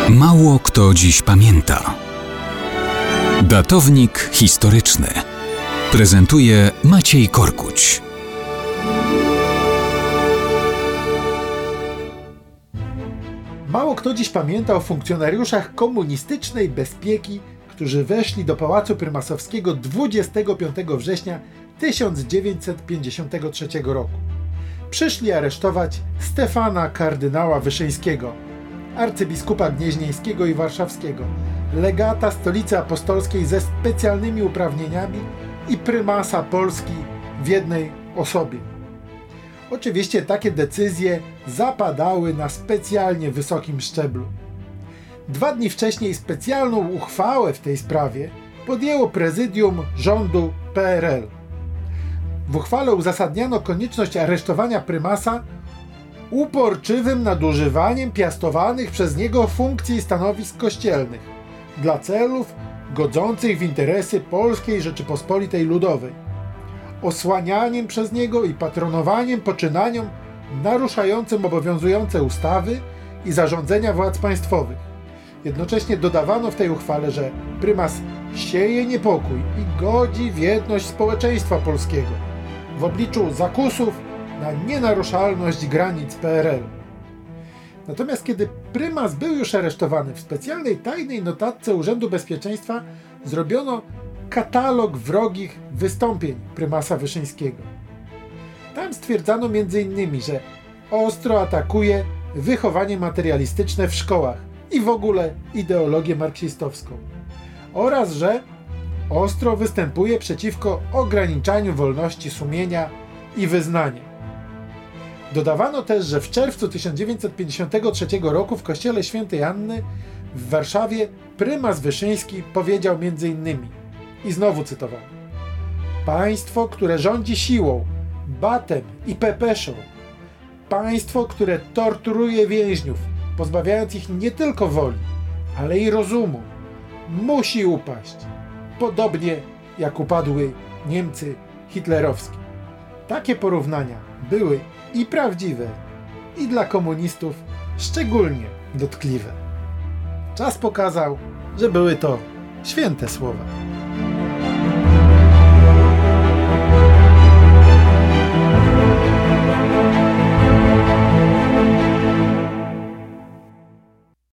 Mało kto dziś pamięta. Datownik historyczny prezentuje Maciej Korkuć. Mało kto dziś pamięta o funkcjonariuszach komunistycznej bezpieki, którzy weszli do Pałacu Prymasowskiego 25 września 1953 roku. Przyszli aresztować Stefana kardynała Wyszyńskiego, arcybiskupa gnieźnieńskiego i warszawskiego, legata Stolicy Apostolskiej ze specjalnymi uprawnieniami i prymasa Polski w jednej osobie. Oczywiście takie decyzje zapadały na specjalnie wysokim szczeblu. 2 dni wcześniej specjalną uchwałę w tej sprawie podjęło prezydium rządu PRL. W uchwale uzasadniano konieczność aresztowania prymasa uporczywym nadużywaniem piastowanych przez niego funkcji i stanowisk kościelnych dla celów godzących w interesy Polskiej Rzeczypospolitej Ludowej, osłanianiem przez niego i patronowaniem poczynaniom naruszającym obowiązujące ustawy i zarządzenia władz państwowych. Jednocześnie dodawano w tej uchwale, że prymas sieje niepokój i godzi w jedność społeczeństwa polskiego w obliczu zakusów na nienaruszalność granic PRL. Natomiast kiedy prymas był już aresztowany, w specjalnej tajnej notatce Urzędu Bezpieczeństwa zrobiono katalog wrogich wystąpień prymasa Wyszyńskiego. Tam stwierdzano m.in., że ostro atakuje wychowanie materialistyczne w szkołach i w ogóle ideologię marksistowską oraz że ostro występuje przeciwko ograniczaniu wolności sumienia i wyznania. Dodawano też, że w czerwcu 1953 roku w kościele Świętej Anny w Warszawie prymas Wyszyński powiedział m.in. i znowu cytowano: państwo, które rządzi siłą, batem i pepeszą, państwo, które torturuje więźniów, pozbawiając ich nie tylko woli, ale i rozumu, musi upaść, podobnie jak upadły Niemcy hitlerowskie. Takie porównania były i prawdziwe, i dla komunistów szczególnie dotkliwe. Czas pokazał, że były to święte słowa.